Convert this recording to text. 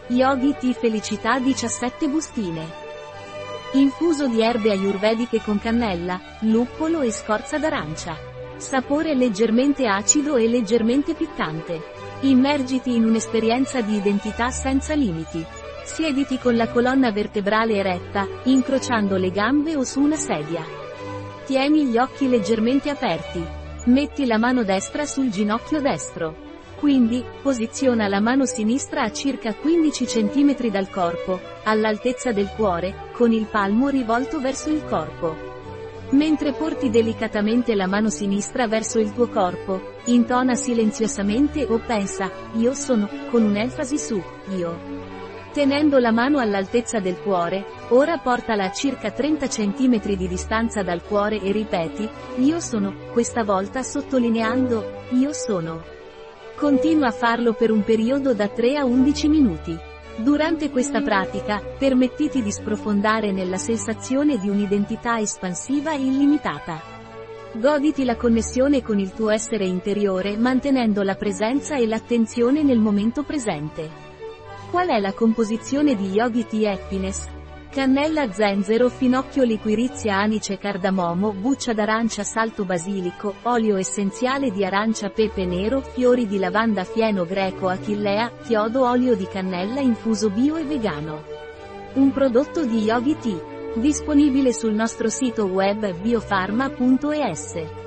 Yogi Tea Felicità 17 bustine. Infuso di erbe ayurvediche con cannella, luppolo e scorza d'arancia. Sapore leggermente acido e leggermente piccante. Immergiti in un'esperienza di identità senza limiti. Siediti con la colonna vertebrale eretta, incrociando le gambe o su una sedia. Tieni gli occhi leggermente aperti. Metti la mano destra sul ginocchio destro. Quindi, posiziona la mano sinistra a circa 15 cm dal corpo, all'altezza del cuore, con il palmo rivolto verso il corpo. Mentre porti delicatamente la mano sinistra verso il tuo corpo, intona silenziosamente o pensa, io sono, con un'enfasi su, io. Tenendo la mano all'altezza del cuore, ora portala a circa 30 cm di distanza dal cuore e ripeti, io sono, questa volta sottolineando, io sono. Continua a farlo per un periodo da 3 a 11 minuti. Durante questa pratica, permettiti di sprofondare nella sensazione di un'identità espansiva e illimitata. Goditi la connessione con il tuo essere interiore mantenendo la presenza e l'attenzione nel momento presente. Qual è la composizione di Yogi Tea Happiness? Cannella, zenzero, finocchio, liquirizia, anice, cardamomo, buccia d'arancia, salto basilico, olio essenziale di arancia, pepe nero, fiori di lavanda, fieno greco, achillea, chiodo, olio di cannella infuso bio e vegano. Un prodotto di Yogi Tea. Disponibile sul nostro sito web biofarma.es.